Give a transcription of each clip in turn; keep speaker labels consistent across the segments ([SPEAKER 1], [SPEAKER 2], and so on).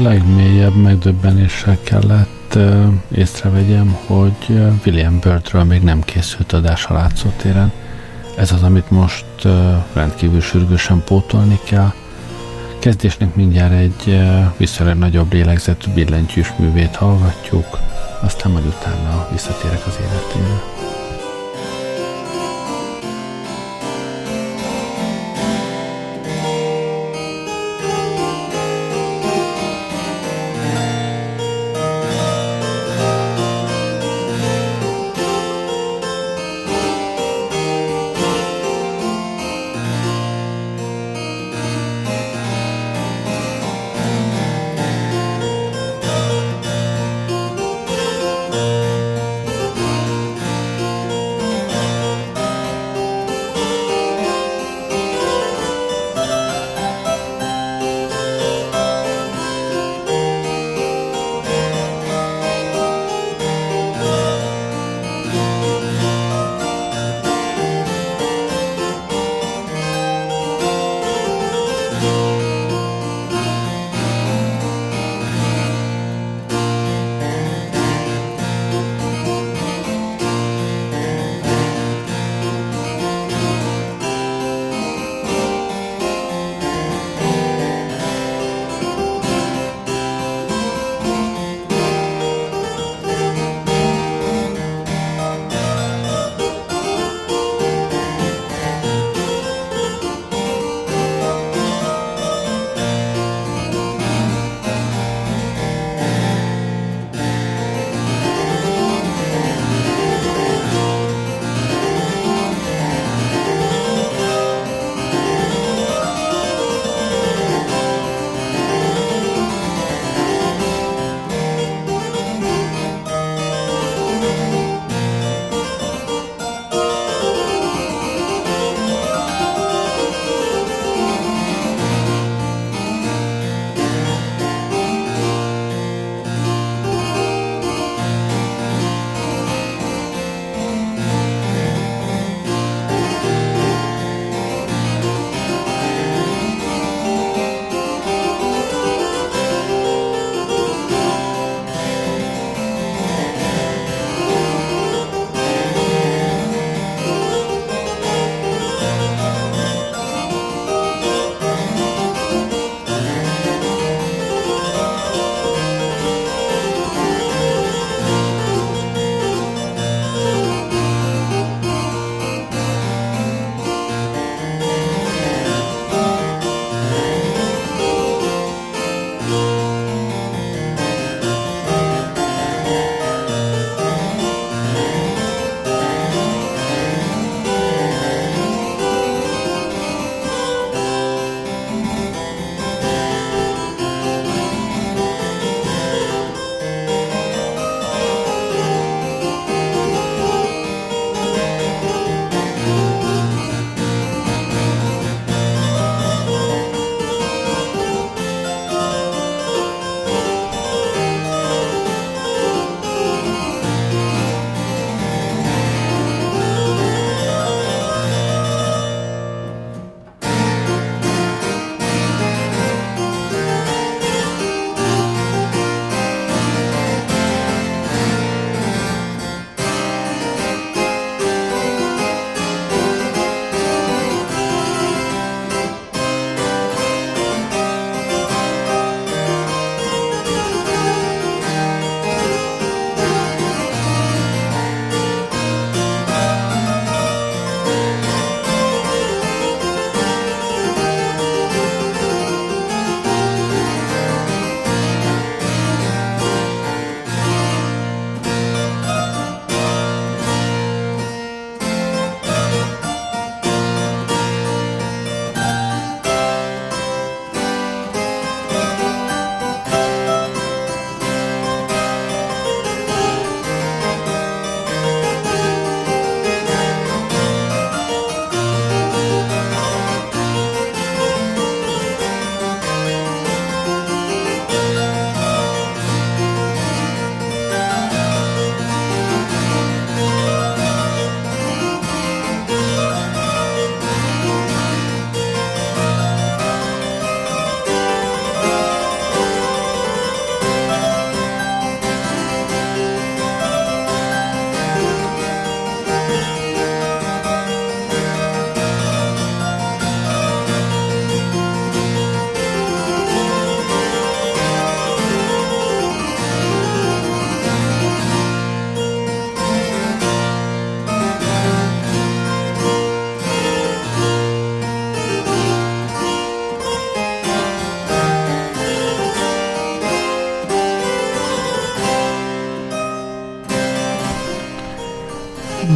[SPEAKER 1] legmélyebb megdöbbenéssel kellett észrevegyem, hogy William Byrdről még nem készült adás a látszótéren. Ez az, amit most rendkívül sürgősen pótolni kell. Kezdésnek mindjárt egy viszonylag nagyobb lélegzetű billentyűs művét hallgatjuk, aztán majd utána visszatérek az életére.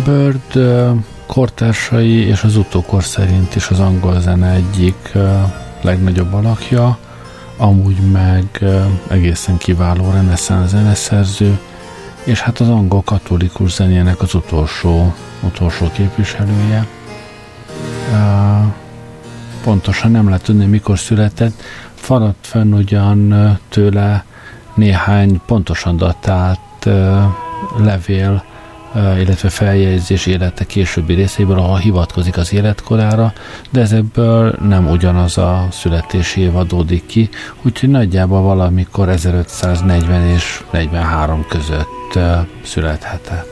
[SPEAKER 1] Bird kortársai és az utókor szerint is az angol zene egyik legnagyobb alakja, amúgy meg egészen kiváló reneszánsz zeneszerző, és hát az angol katolikus zenének az utolsó képviselője. Pontosan nem lehet tudni, mikor született. Maradt fenn ugyan tőle néhány pontosan datált levél, illetve feljegyzés élete későbbi részéből, ahol hivatkozik az életkorára, de ezekből nem ugyanaz a születési év adódik ki, úgyhogy nagyjából valamikor 1540 és 43 között születhetett.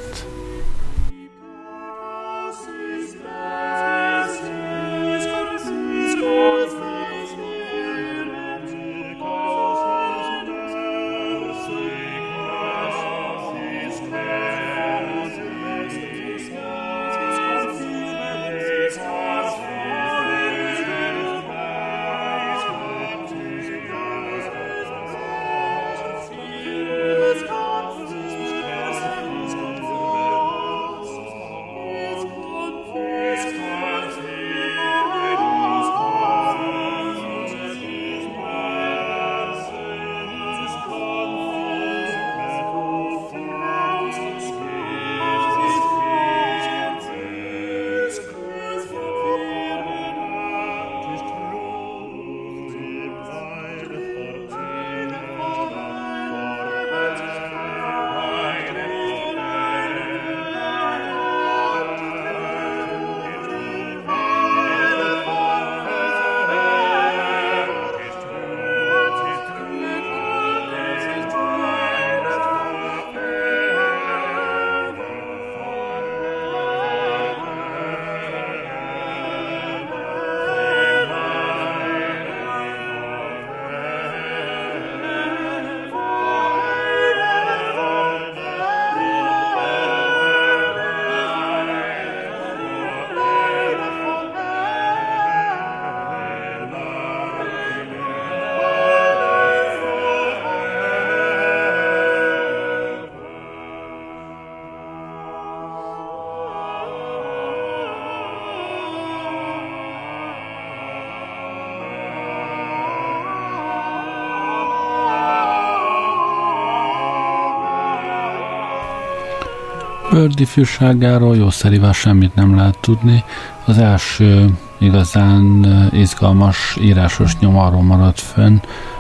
[SPEAKER 1] Bird ifjúságáról jószerűen semmit nem lehet tudni. Az első igazán izgalmas írásos nyom arról maradt fönn,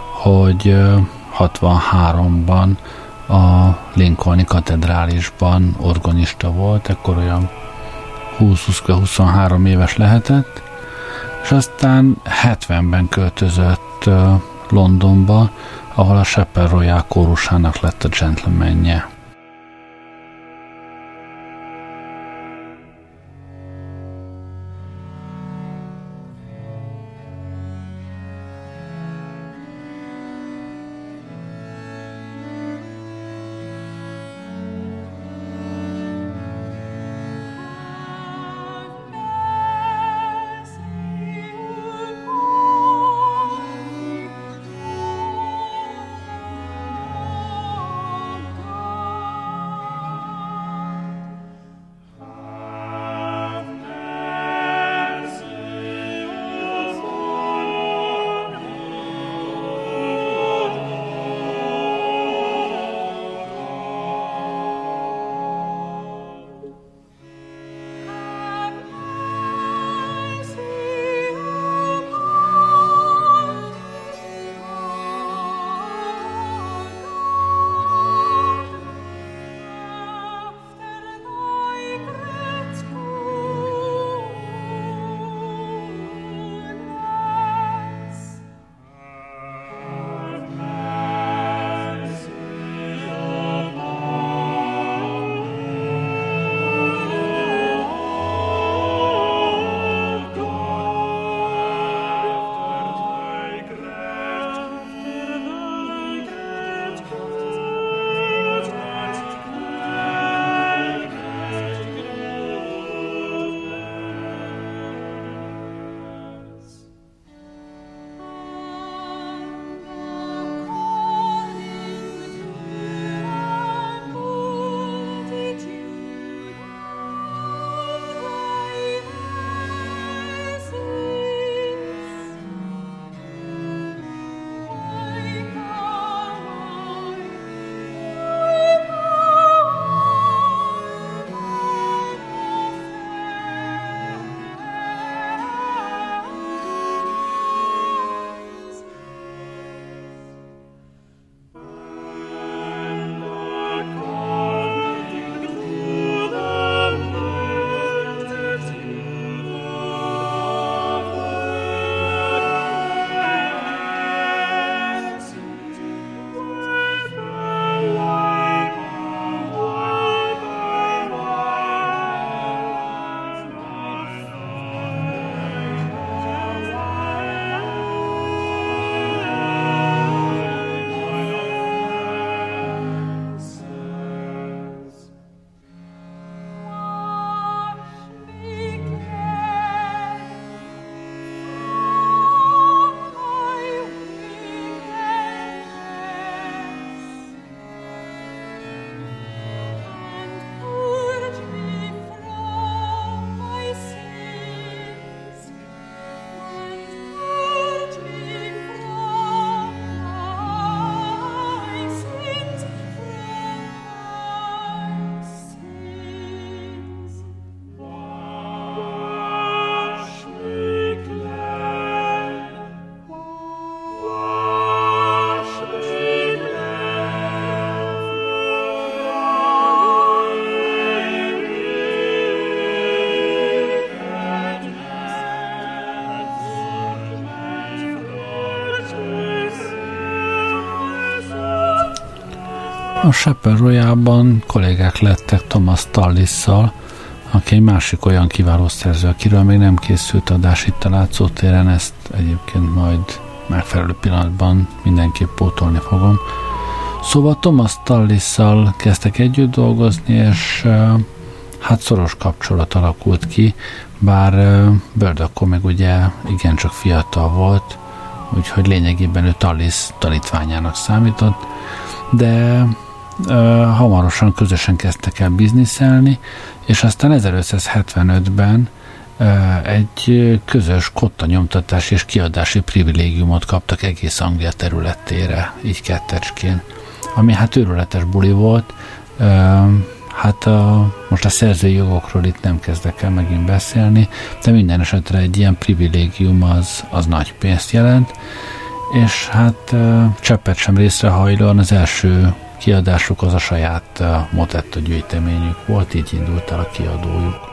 [SPEAKER 1] hogy 63-ban a Lincolni katedrálisban organista volt, ekkor olyan 20-23 éves lehetett, és aztán 70-ben költözött Londonba, ahol a Chapel Royal kórusának lett a gentlemanje.
[SPEAKER 2] God.
[SPEAKER 1] A Shepherd Royalban kollégák lettek Thomas Tallis-szal, aki egy másik olyan kiváló szerző, akiről még nem készült adás itt a Látszótéren, ezt egyébként majd megfelelő pillanatban mindenképp pótolni fogom. Szóval Thomas Tallis-szal kezdtek együtt dolgozni, és hát szoros kapcsolat alakult ki, bár Bird akkor még ugye igencsak fiatal volt, úgyhogy lényegében ő Tallis tanítványának számított, de hamarosan közösen kezdtek el bizniszelni, és aztán 1575-ben egy közös kotta nyomtatás és kiadási privilégiumot kaptak egész Anglia területére, így kettecskén. Ami hát őrületes buli volt, hát most a szerzői jogokról itt nem kezdek el megint beszélni, de minden esetre egy ilyen privilégium az nagy pénzt jelent, és hát cseppet sem részrehajlóan az első kiadásuk az a saját motetta gyűjteményük volt, így indult el a kiadójuk.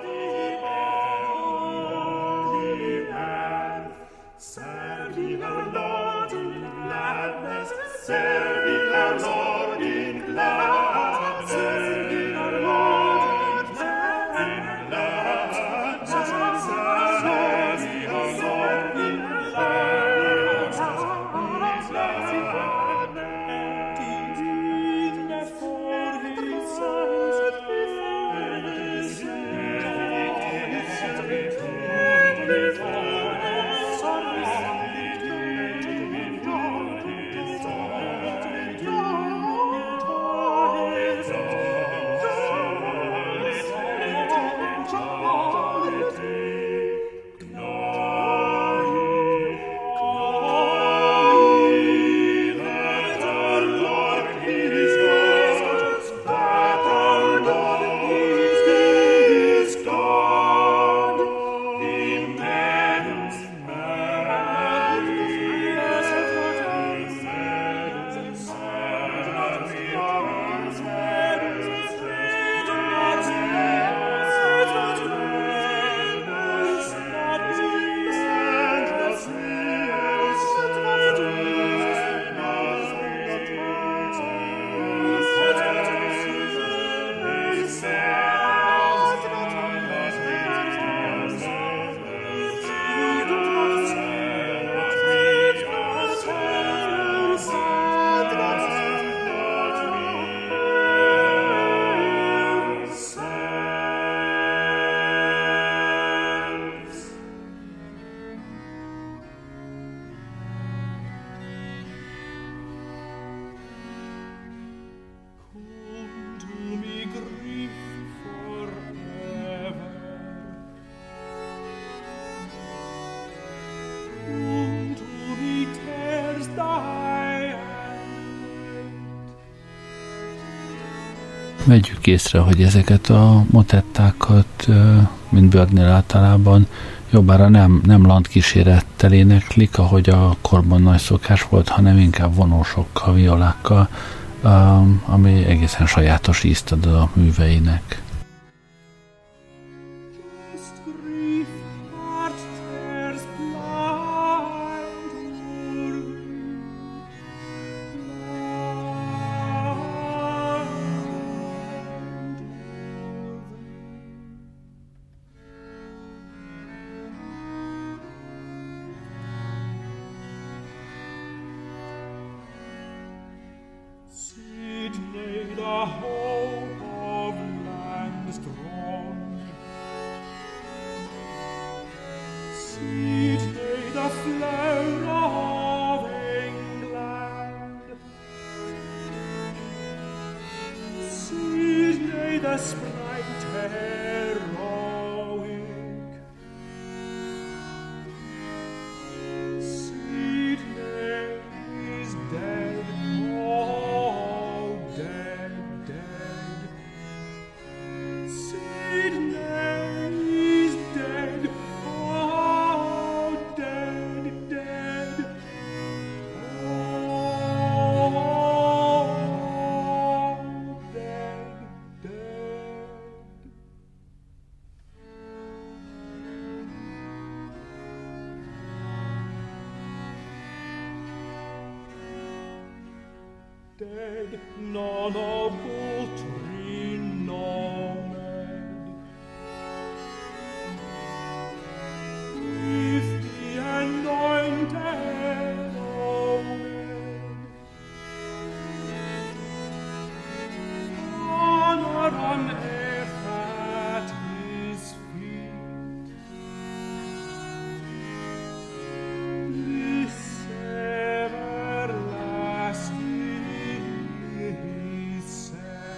[SPEAKER 1] Vegyük észre, hogy ezeket a motettákat, mint Birdnél általában, jobbára nem landkísérettel éneklik, ahogy a korban nagy szokás volt, hanem inkább vonósokkal, violákkal, ami egészen sajátos ízt ad a műveinek.
[SPEAKER 2] dead, none of poultry nomed. With the anointed of men, honor on earth at his feet. This everlasting he said.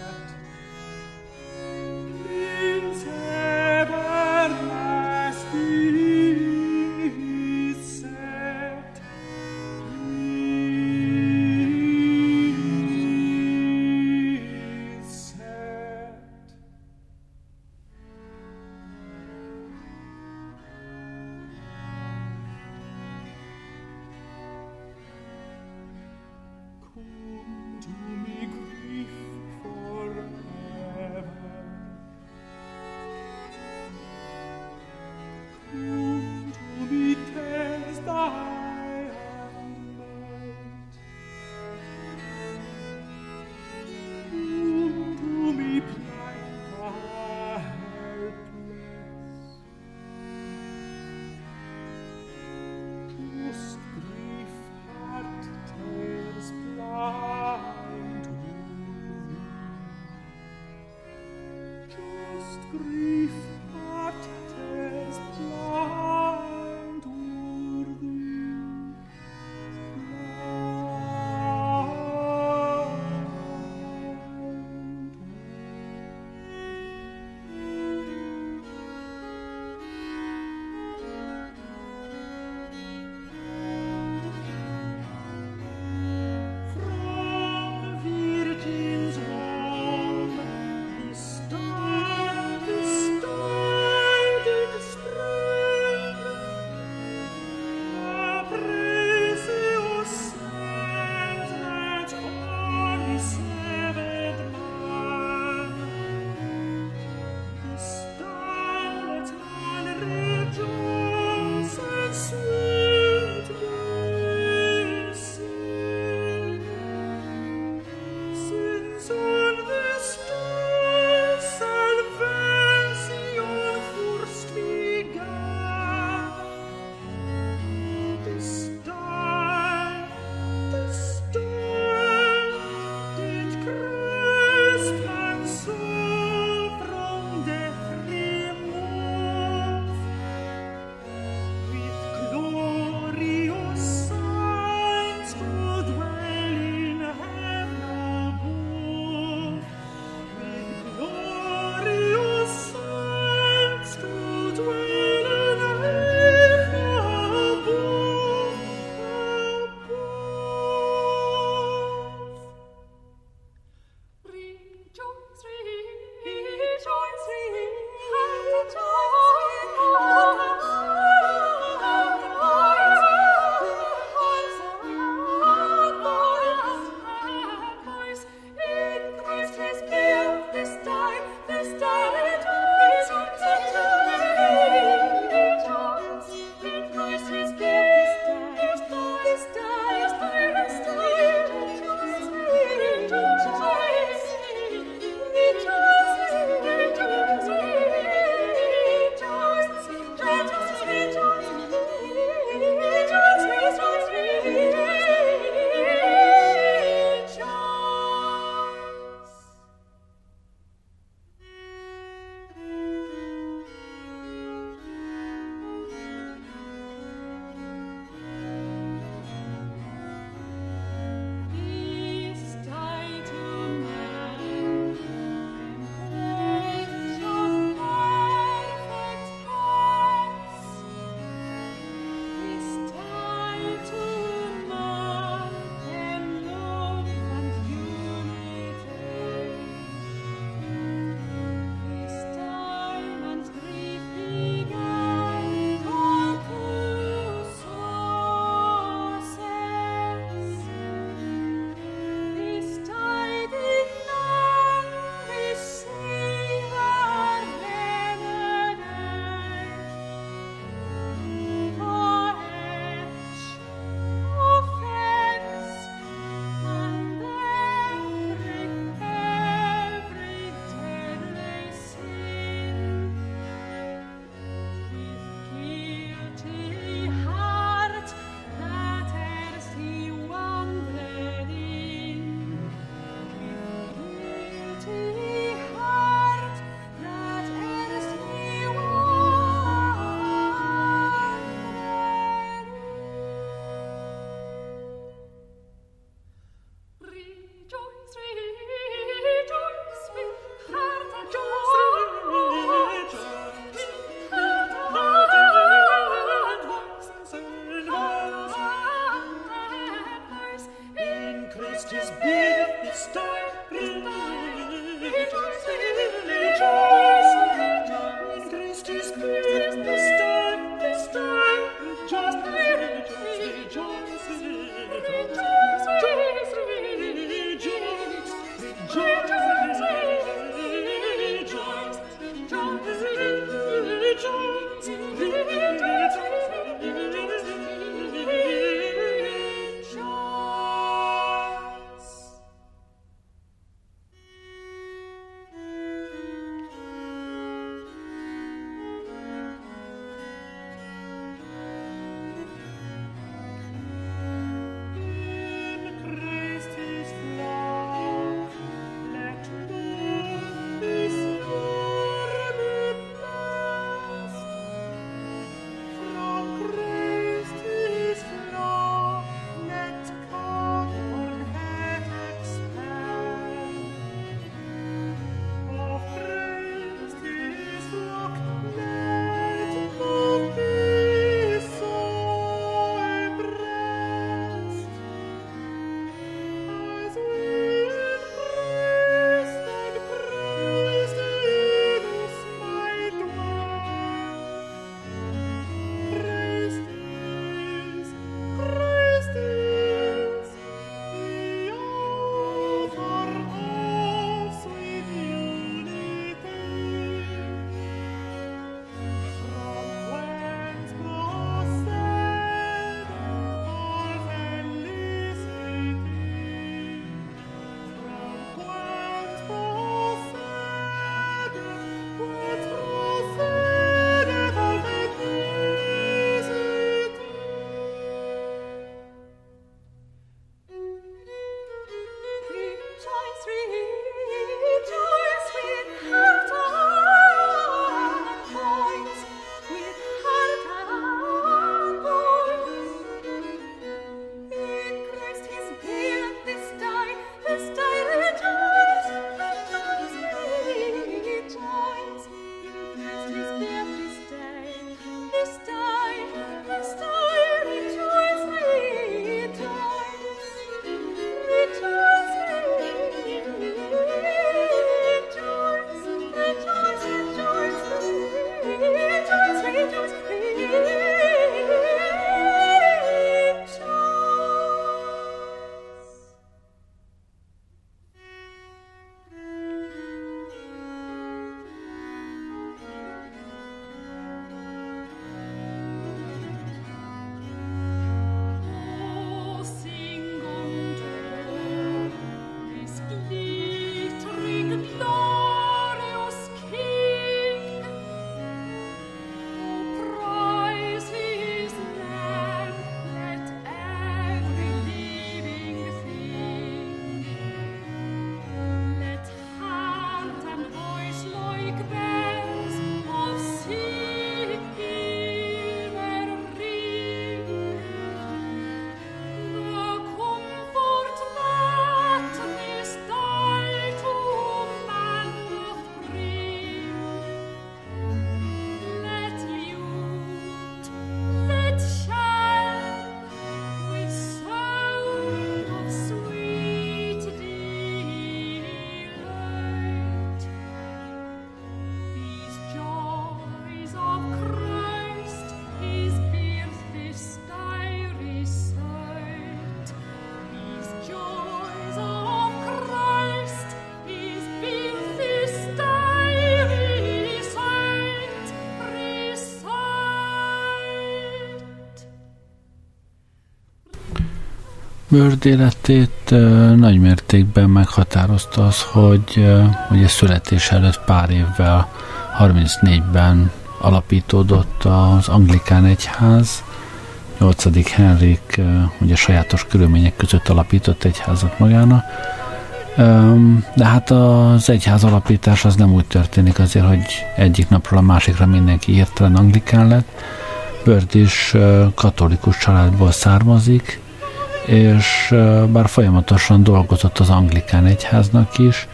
[SPEAKER 1] Bird életét nagy mértékben meghatározta az, hogy ugye születés előtt pár évvel, 34-ben alapítódott az Anglikán Egyház. 8. Henrik ugye sajátos körülmények között alapított egyházat magának. De hát az egyház alapítás az nem úgy történik azért, hogy egyik napról a másikra mindenki hirtelen anglikán lett. Bird is katolikus családból származik, és bár folyamatosan dolgozott az Anglikán Egyháznak is,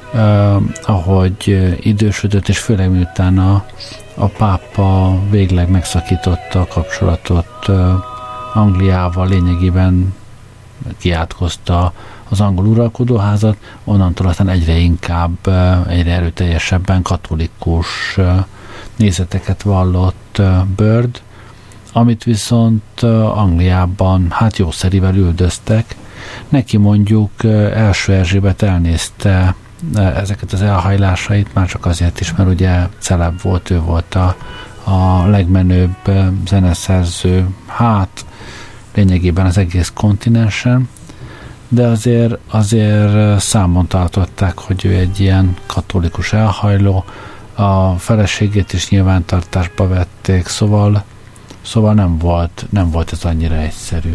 [SPEAKER 1] ahogy idősödött, és főleg miután a pápa végleg megszakította a kapcsolatot Angliával, lényegében kiátkozta az angol uralkodóházat, onnantól aztán egyre inkább, egyre erőteljesebben katolikus nézeteket vallott Bird, amit viszont Angliában hát jószerivel üldöztek. Neki mondjuk első Erzsébet elnézte ezeket az elhajlásait, már csak azért is, mert ugye celeb volt, ő volt a legmenőbb zeneszerző, hát lényegében az egész kontinensen, de azért számon tartották, hogy ő egy ilyen katolikus elhajló, a feleségét is nyilvántartásba vették, szóval nem volt ez annyira egyszerű.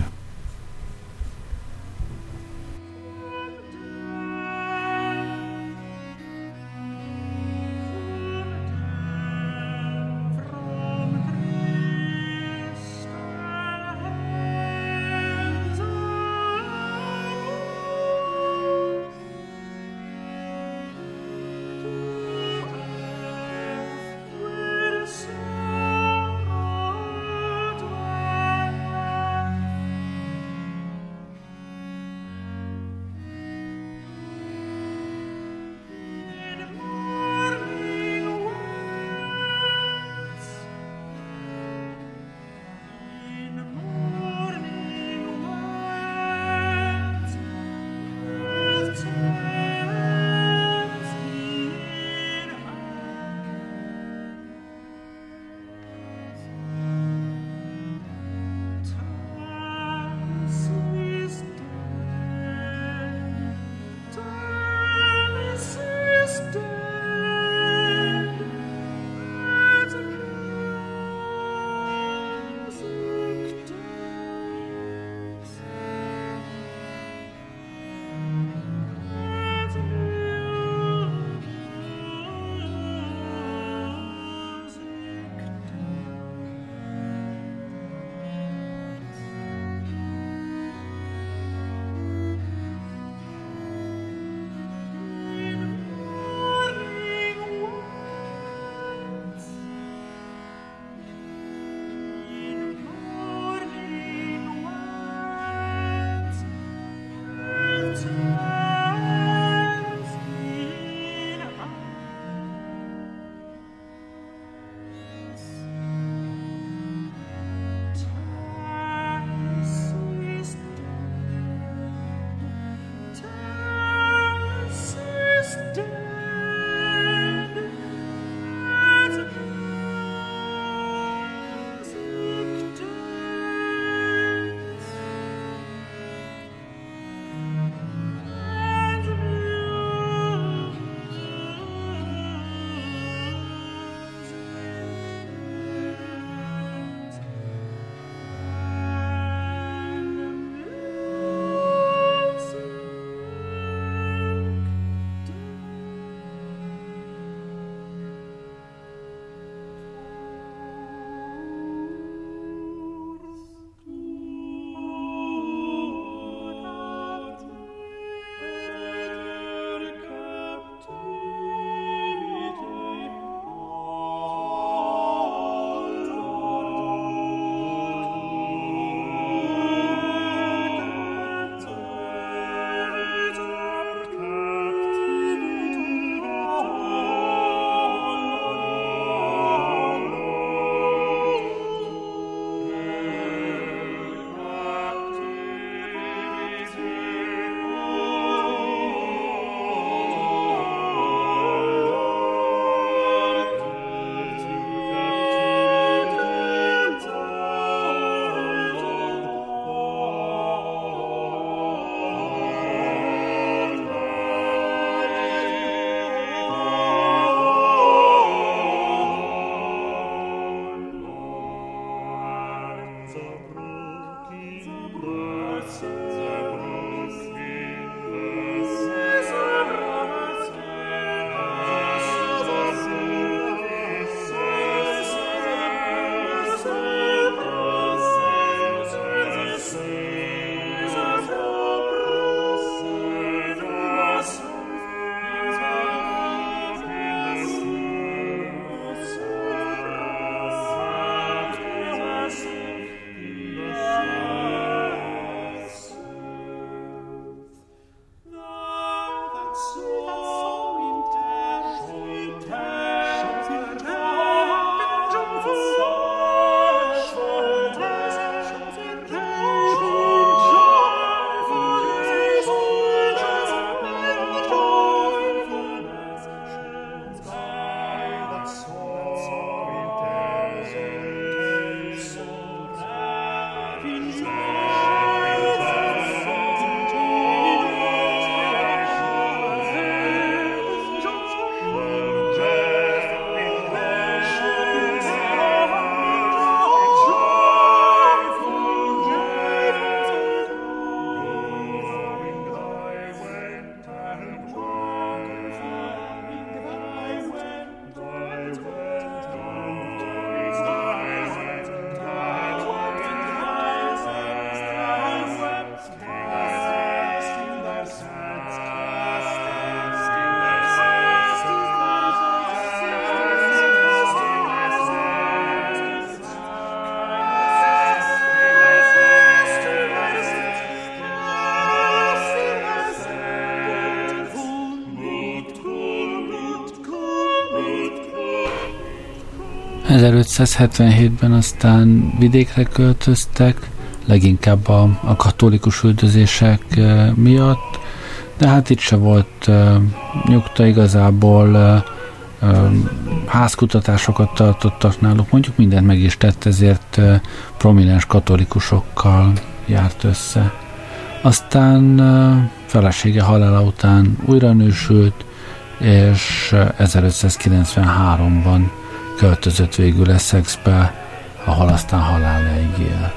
[SPEAKER 1] ...1577-ben aztán vidékre költöztek, leginkább a katolikus üldözések miatt, de hát itt se volt nyugta igazából, házkutatásokat tartottak náluk, mondjuk mindent meg is tett, ezért prominens katolikusokkal járt össze. Aztán felesége halála után újra nősült, és 1593-ban költözött végül Essexbe, ahol aztán haláláig élt.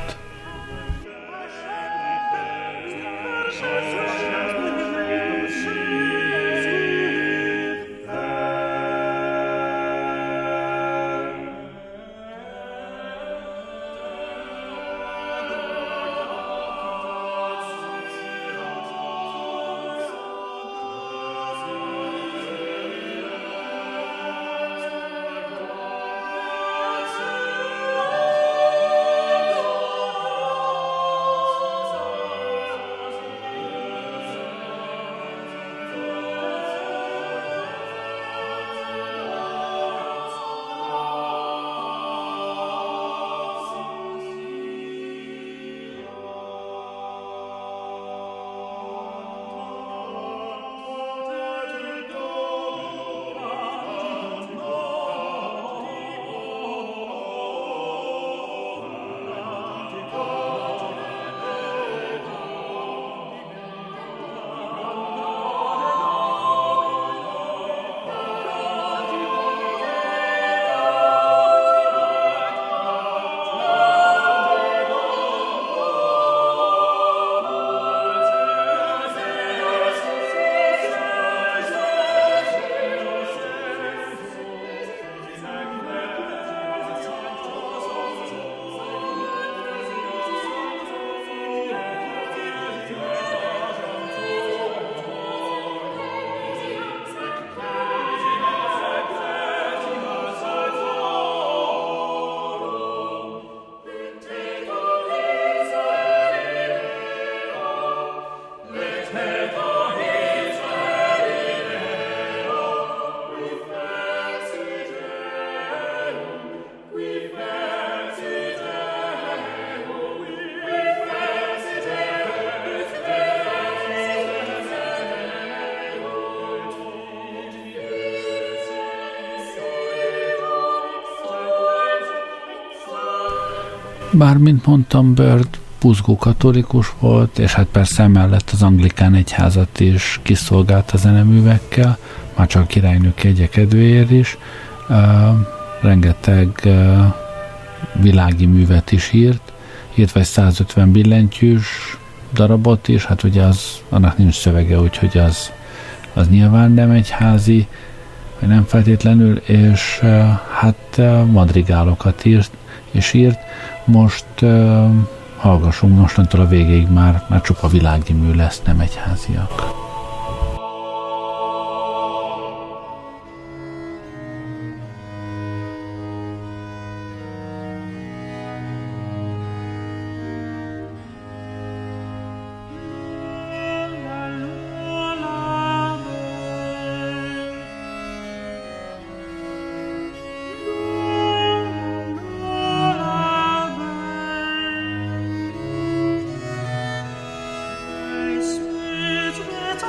[SPEAKER 1] Bár, mint mondtam, Bird buzgó katolikus volt, és hát persze emellett az anglikán egyházat is kiszolgált a zeneművekkel, már csak a királynő kegye kedvéért is. Rengeteg világi művet is írt vagy 150 billentyűs darabot is, hát ugye annak nincs szövege, úgyhogy az nyilván nem egyházi, vagy nem feltétlenül, és hát madrigálokat írt. Most hallgassunk mostantól a végéig már csupa világi mű lesz, nem egyháziak.
[SPEAKER 2] Sweet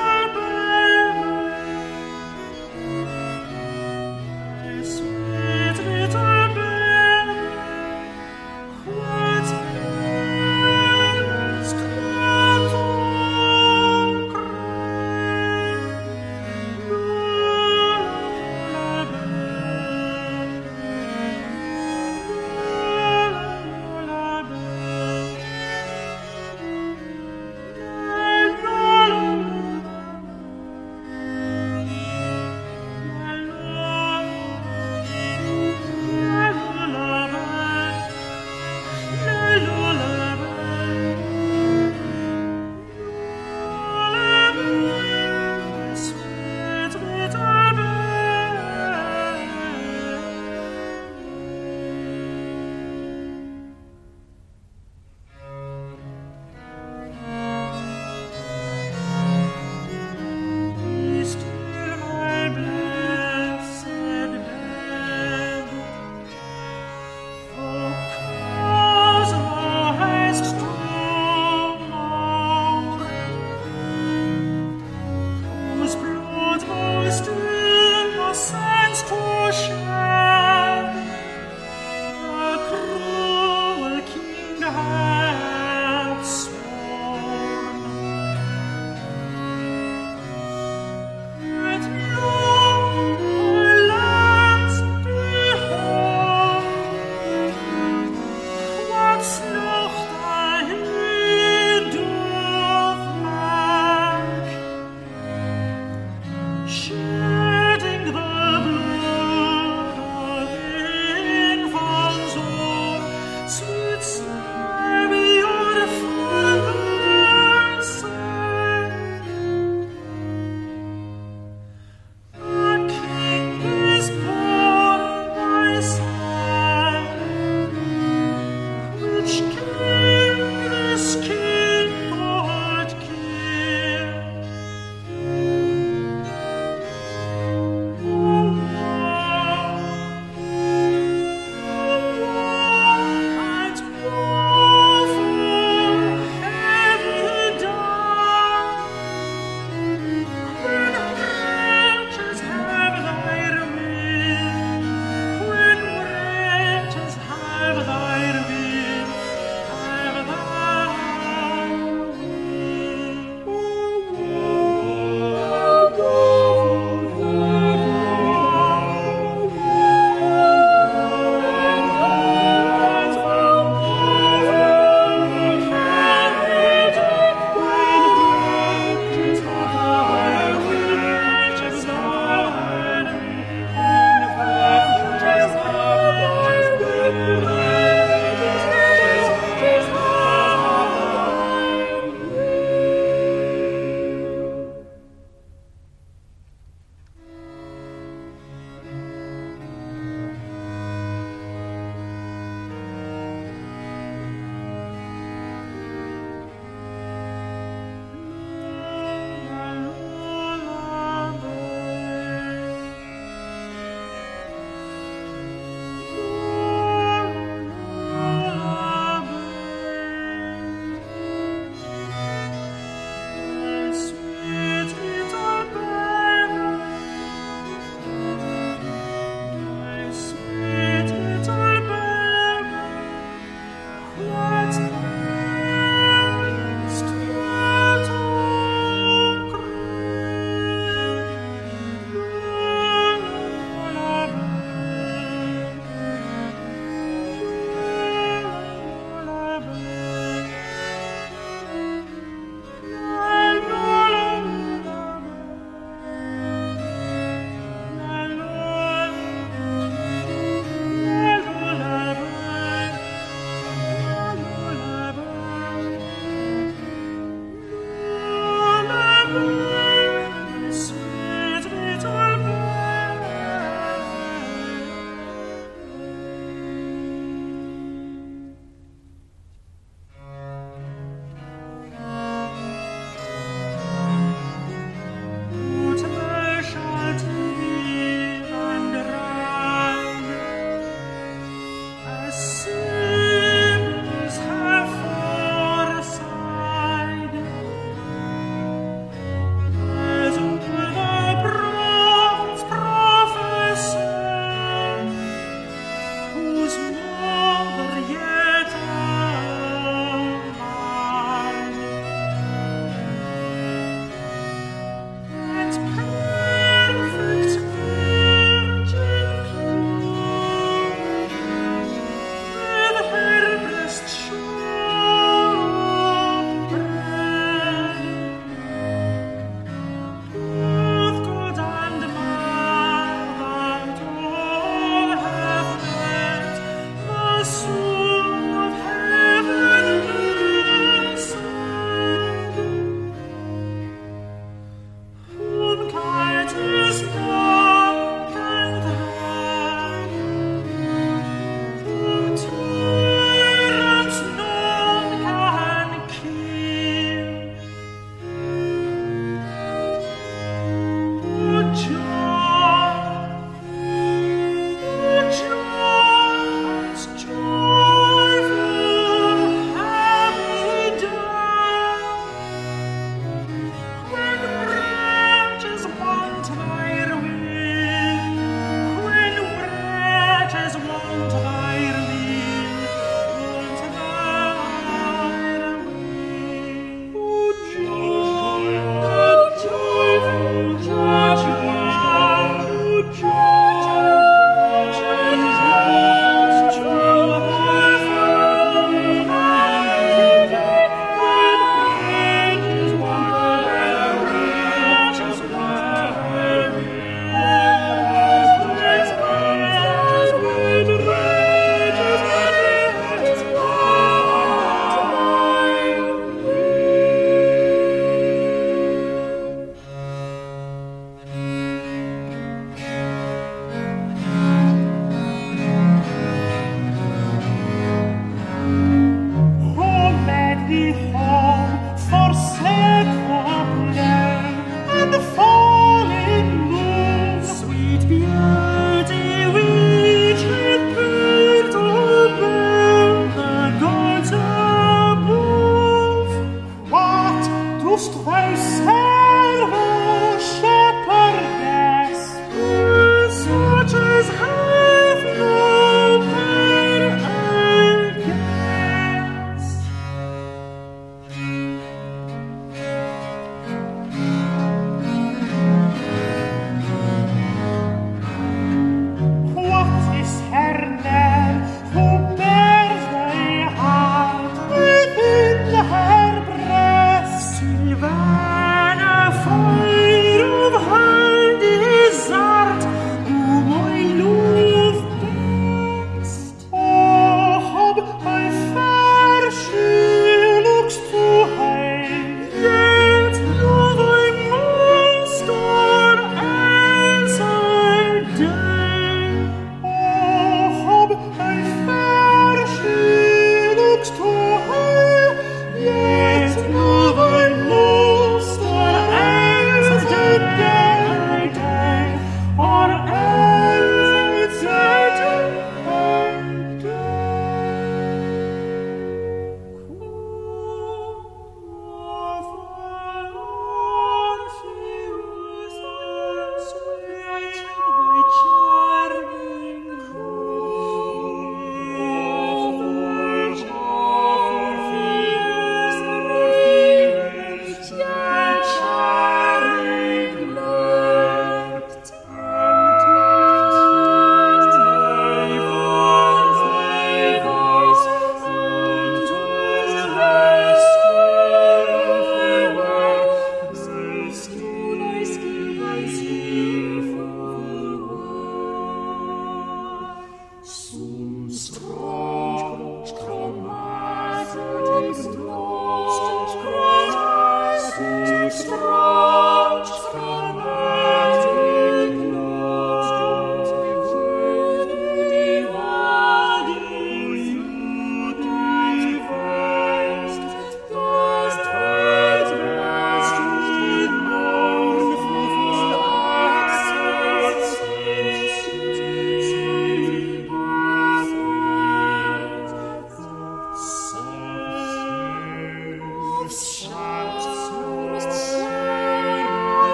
[SPEAKER 2] happy home, forsaken land, and the falling moon, sweet beauty which had built above the gods above. What dost thou serve, O shepherdess, such as have no pain and guess?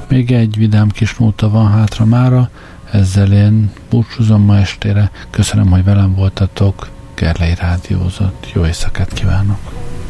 [SPEAKER 1] Még egy vidám kis nóta van hátra mára, ezzel én búcsúzom ma estére. Köszönöm, hogy velem voltatok. Gerlei rádiózott. Jó éjszakát kívánok!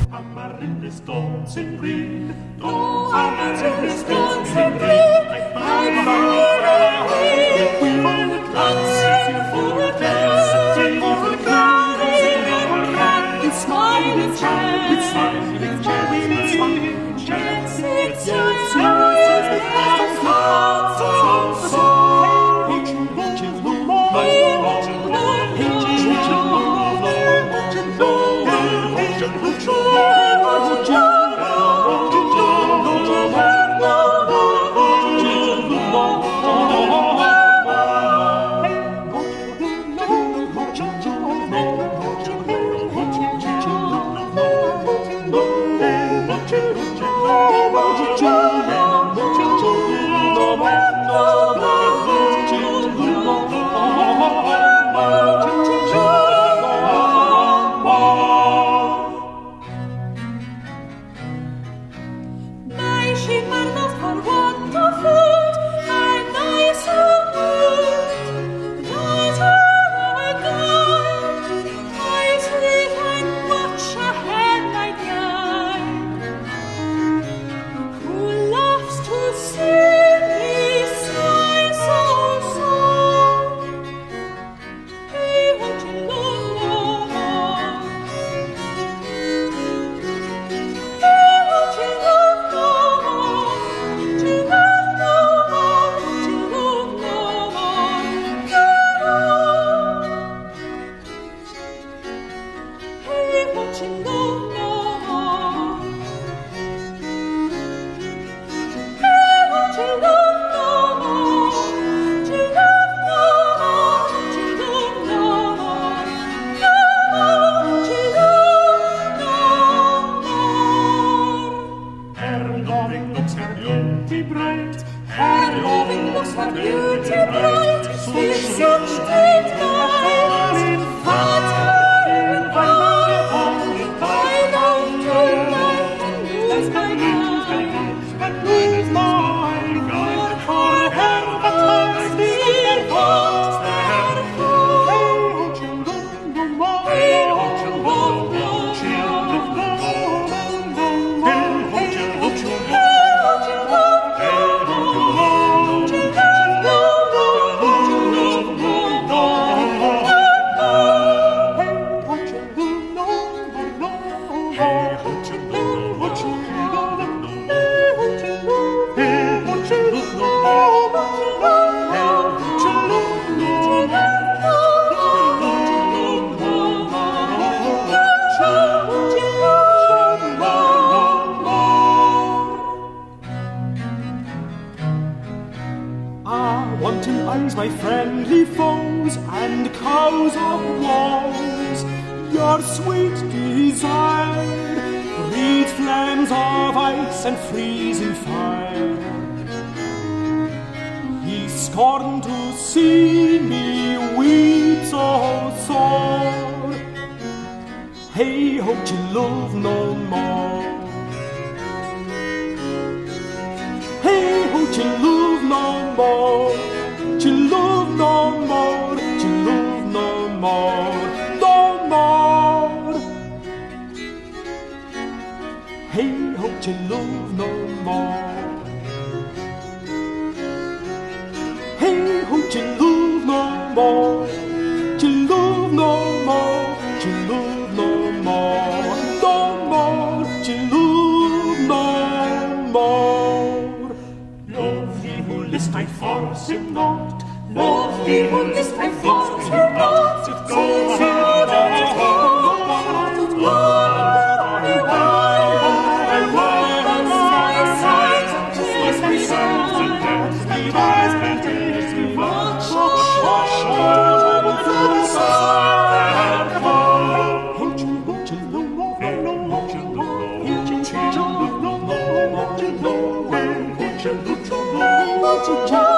[SPEAKER 2] My friendly foes and cows of woes, your sweet desire breathes flames of ice and freezing fire. Ye scorn to see me weep so sore. Hey, hope you love no more. Hey, hope you love no more. To love no more, to love no more, no more. Hey, hope to love no more. Hey, hope to love no more, to love no more, to love no more, no more, to love no more. Love he who list I force him not. Love he who list I force him not. To go to to